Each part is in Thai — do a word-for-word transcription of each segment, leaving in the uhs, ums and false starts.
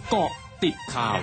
เกาะติดข่าว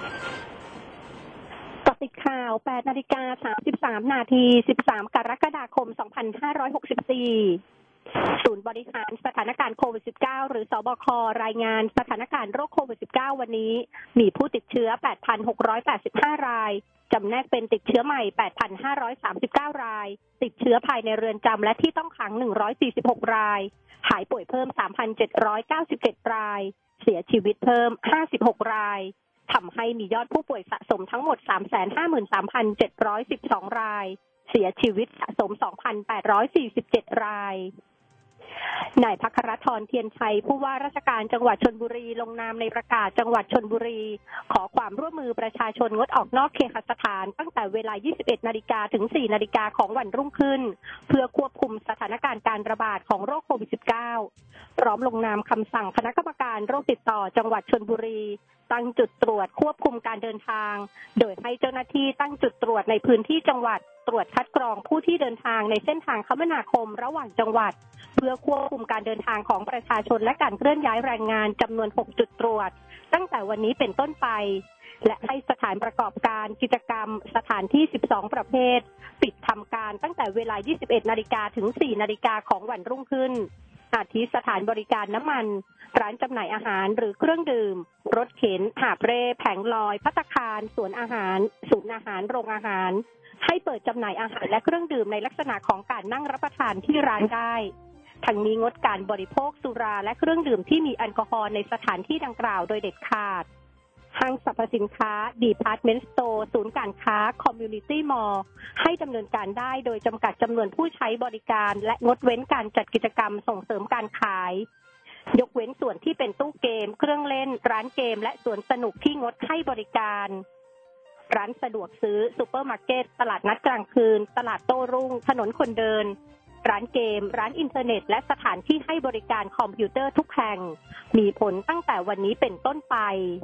เกาะติดข่าวแปดนาฬิกาสามสิบสามนาทีสิบสามกรกฎาคมสองพันห้าร้อยหกสิบสี่ศูนย์บริหารสถานการณ์โควิด สิบเก้า หรือสบครายงานสถานการณ์โรคโควิด สิบเก้า วันนี้มีผู้ติดเชื้อ แปดพันหกร้อยแปดสิบห้า รายจำแนกเป็นติดเชื้อใหม่ แปดพันห้าร้อยสามสิบเก้า รายติดเชื้อภายในเรือนจำและที่ต้องขังหนึ่งร้อยสี่สิบหกรายหายป่วยเพิ่ม สามพันเจ็ดร้อยเก้าสิบเจ็ด รายเสียชีวิตเพิ่มห้าสิบหกรายทำให้มียอดผู้ป่วยสะสมทั้งหมด สามแสนห้าหมื่นสามพันเจ็ดร้อยสิบสอง รายเสียชีวิตสะสม สองพันแปดร้อยสี่สิบเจ็ด รายนายภัครธรเทียนชัยผู้ว่าราชการจังหวัดชลบุรีลงนามในประกาศจังหวัดชลบุรีขอความร่วมมือประชาชนงดออกนอกเคหสถานตั้งแต่เวลา ยี่สิบเอ็ดนาฬิกา ถึง สี่นาฬิกา ของวันรุ่งขึ้นเพื่อควบคุมสถานการณ์การระบาดของโรคโควิด สิบเก้า พร้อมลงนามคำสั่งคณะกรรมการโรคติดต่อจังหวัดชลบุรีตั้งจุดตรวจควบคุมการเดินทางโดยให้เจ้าหน้าที่ตั้งจุดตรวจในพื้นที่จังหวัดตรวจคัดกรองผู้ที่เดินทางในเส้นทางคมนาคมระหว่างจังหวัดเพื่อควบคุมการเดินทางของประชาชนและการเคลื่อนย้ายแรงงานจำนวนหกจุดตรวจตั้งแต่วันนี้เป็นต้นไปและให้สถานประกอบการกิจกรรมสถานที่สิบสองประเภทปิดทำการตั้งแต่เวลา ยี่สิบเอ็ดนาฬิกา ถึง สี่นาฬิกา ของวันรุ่งขึ้นอาทิสถานบริการน้ำมันร้านจำหน่ายอาหารหรือเครื่องดื่มรถเข็นหาบเร่แผงลอยภัตตาคารสวนอาหารศูนย์อาหารโรงอาหารให้เปิดจำหน่ายอาหารและเครื่องดื่มในลักษณะของการนั่งรับประทานที่ร้านได้ทั้งนี้งดการบริโภคสุราและเครื่องดื่มที่มีแอลกอฮอล์ในสถานที่ดังกล่าวโดยเด็ดขาดห้างสรรพสินค้าดีพาร์ตเมนต์สโตร์ศูนย์การค้าคอมมูนิตี้มอลล์ให้ดำเนินการได้โดยจำกัดจำนวนผู้ใช้บริการและงดเว้นการจัดกิจกรรมส่งเสริมการขายยกเว้นส่วนที่เป็นตู้เกมเครื่องเล่นร้านเกมและสวนสนุกที่งดให้บริการร้านสะดวกซื้อซูเปอร์มาร์เก็ตตลาดนัดกลางคืนตลาดโต้รุ่งถนนคนเดินร้านเกมร้านอินเทอร์เน็ตและสถานที่ให้บริการคอมพิวเตอร์ทุกแห่งมีผลตั้งแต่วันนี้เป็นต้นไป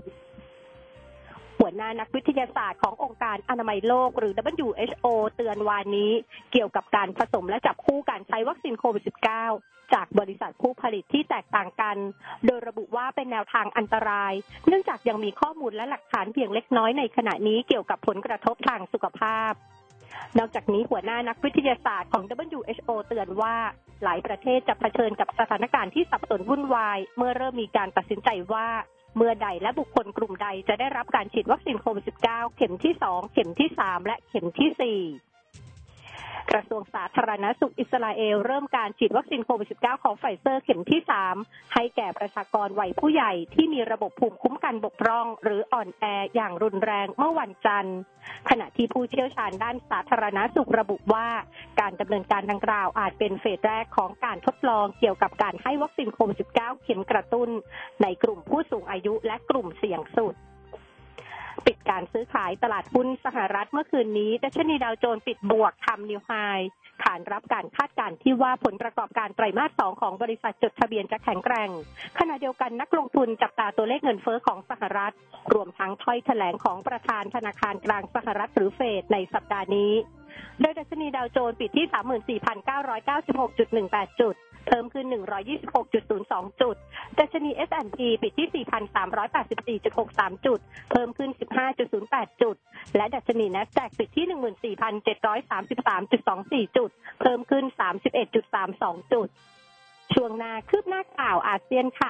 หัวหน้านักวิทยาศาสตร์ขององค์การอนามัยโลกหรือ ดับเบิลยู เอช โอ เตือนวานนี้เกี่ยวกับการผสมและจับคู่การใช้วัคซีนโควิด สิบเก้า จากบริษัทผู้ผลิตที่แตกต่างกันโดยระบุว่าเป็นแนวทางอันตรายเนื่องจากยังมีข้อมูลและหลักฐานเพียงเล็กน้อยในขณะนี้เกี่ยวกับผลกระทบทางสุขภาพนอกจากนี้หัวหน้านักวิทยาศาสตร์ของ ดับเบิลยู เอช โอ เตือนว่าหลายประเทศจะเผชิญกับสถานการณ์ที่สับสนวุ่นวายเมื่อเริ่มมีการตัดสินใจว่าเมื่อใดและบุคคลกลุ่มใดจะได้รับการฉีดวัคซีนโควิด สิบเก้า เข็มที่สองเข็มที่สามและเข็มที่สี่กระทรวงสาธารณสุขอิสราเอลเริ่มการฉีดวัคซีนโควิด สิบเก้า ของไฟเซอร์เข็มที่สามให้แก่ประชากรวัยผู้ใหญ่ที่มีระบบภูมิคุ้มกันบกพร่องหรืออ่อนแออย่างรุนแรงเมื่อวันจันทร์ขณะที่ผู้เชี่ยวชาญด้านสาธารณสุขระบุว่าการดำเนินการดังกล่าวอาจเป็นเฟสแรกของการทดลองเกี่ยวกับการให้วัคซีนโควิด สิบเก้า เข็มกระตุ้นในกลุ่มผู้สูงอายุและกลุ่มเสี่ยงสุดปิดการซื้อขายตลาดหุ้นสหรัฐเมื่อคืนนี้ดัชนีดาวโจนส์ปิดบวกทำนิวไฮขานรับการคาดการณ์ที่ว่าผลประกอบการไตรมาสสองของบริษัทจดทะเบียนจะแข็งแกร่งขณะเดียวกันนักลงทุนจับตาตัวเลขเงินเฟ้อของสหรัฐรวมทั้งถ้อยแถลงของประธานธนาคารกลางสหรัฐหรือเฟดในสัปดาห์นี้โดยดัชนีดาวโจนส์ปิดที่ สามหมื่นสี่พันเก้าร้อยเก้าสิบหกจุดหนึ่งแปด จุดเพิ่มขึ้น หนึ่งร้อยยี่สิบหกจุดศูนย์สอง จุดดัชนี เอส แอนด์ พี ปิดที่ สี่พันสามร้อยแปดสิบสี่จุดหกสาม จุดเพิ่มขึ้น สิบห้าจุดศูนย์แปด จุดและดัชนี NASDAQ ปิดที่ หนึ่งหมื่นสี่พันเจ็ดร้อยสามสิบสามจุดสองสี่ จุดเพิ่มขึ้น สามสิบเอ็ดจุดสามสอง จุดช่วงหน้าคืบหน้าข่าวอาเซียนค่ะ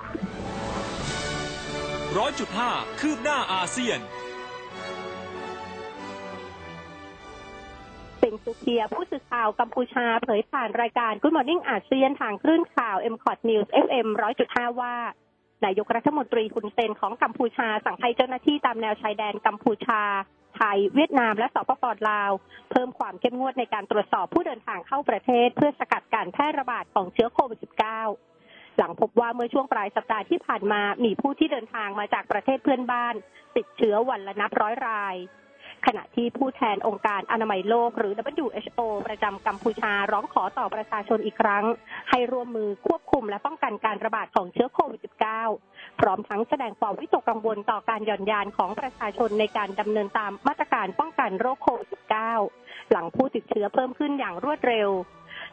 หนึ่งร้อยจุดห้า คืบหน้าอาเซียนเซ็งซูเคียผู้สื่อข่าวกัมพูชาเผยผ่านรายการ Good Morning อาเซียนทางคลื่นข่าว เอ็ม คอท News เอฟ เอ็ม หนึ่งร้อยจุดห้า ว่านายกรัฐมนตรีฮุนเซนของกัมพูชาสั่งให้เจ้าหน้าที่ตามแนวชายแดนกัมพูชาไทยเวียดนามและสปป.ลาวเพิ่มความเข้มงวดในการตรวจสอบผู้เดินทางเข้าประเทศเพื่อสกัดการแพร่ระบาดของเชื้อโควิด สิบเก้า หลังพบว่าเมื่อช่วงปลายสัปดาห์ที่ผ่านมามีผู้ที่เดินทางมาจากประเทศเพื่อนบ้านติดเชื้อวันละนับร้อยรายขณะที่ผู้แทนองค์การอนามัยโลกหรือ ดับเบิลยู เอช โอ ประจำกัมพูชาร้องขอต่อประชาชนอีกครั้งให้ร่วมมือควบคุมและป้องกันการระบาดของเชื้อโควิด สิบเก้า พร้อมทั้งแสดงความวิตกกังวลต่อการหย่อนยานของประชาชนในการดำเนินตามมาตรการป้องกันโรคโควิด สิบเก้า หลังผู้ติดเชื้อเพิ่มขึ้นอย่างรวดเร็ว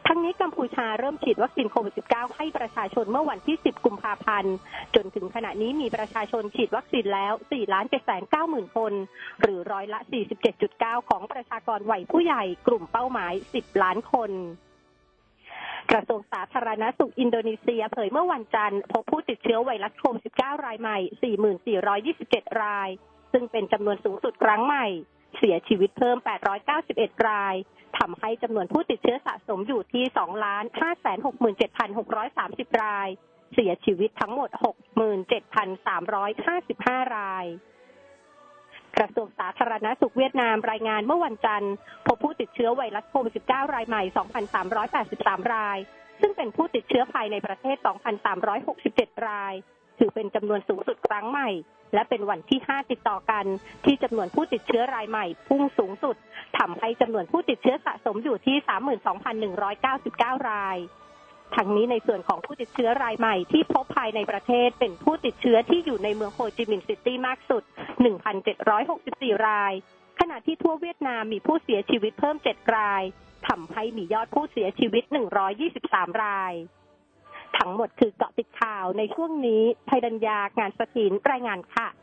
ทั้งนี้กัมพูชาเริ่มฉีดวัคซีนโควิด สิบเก้า ให้ประชาชนเมื่อวันที่ สิบ กุมภาพันธ์ จนถึงขณะนี้มีประชาชนฉีดวัคซีนแล้ว สี่ล้านเจ็ดแสนเก้าหมื่น คน หรือร้อยละ สี่สิบเจ็ดจุดเก้า ของประชากรวัยผู้ใหญ่กลุ่มเป้าหมาย สิบ ล้านคนกระทรวงสาธารณสุขอินโดนีเซียเผยเมื่อวันจันทร์พบผู้ติดเชื้อไวรัสโควิด สิบเก้า รายใหม่ สี่หมื่นสี่ร้อยยี่สิบเจ็ด รายซึ่งเป็นจำนวนสูงสุดครั้งใหม่เสียชีวิตเพิ่มแปดร้อยเก้าสิบเอ็ดรายทำให้จำนวนผู้ติดเชื้อสะสมอยู่ที่ สองล้านห้าแสนหกหมื่นเจ็ดพันหกร้อยสามสิบ รายเสียชีวิตทั้งหมด หกหมื่นเจ็ดพันสามร้อยห้าสิบห้า รายกระทรวงสาธารณสุขเวียดนามรายงานเมื่อวันจันทร์พบผู้ติดเชื้อไวรัสโควิด สิบเก้า รายใหม่ สองพันสามร้อยแปดสิบสาม รายซึ่งเป็นผู้ติดเชื้อภายในประเทศ สองพันสามร้อยหกสิบเจ็ด รายถือเป็นจำนวนสูงสุดครั้งใหม่และเป็นวันที่ห้าติดต่อกันที่จำนวนผู้ติดเชื้อรายใหม่พุ่งสูงสุดทำให้จำนวนผู้ติดเชื้อสะสมอยู่ที่ สามหมื่นสองพันหนึ่งร้อยเก้าสิบเก้า รายทั้งนี้ในส่วนของผู้ติดเชื้อรายใหม่ที่พบภายในประเทศเป็นผู้ติดเชื้อที่อยู่ในเมืองโฮจิมินห์ซิตี้มากสุด หนึ่งพันเจ็ดร้อยหกสิบสี่ รายขณะที่ทั่วเวียดนามมีผู้เสียชีวิตเพิ่มเจ็ดรายทำให้มียอดผู้เสียชีวิตหนึ่งร้อยยี่สิบสามรายทั้งหมดคือเกาะติดข่าวในช่วงนี้ภัยดัญญางานสถินรายงานค่ะ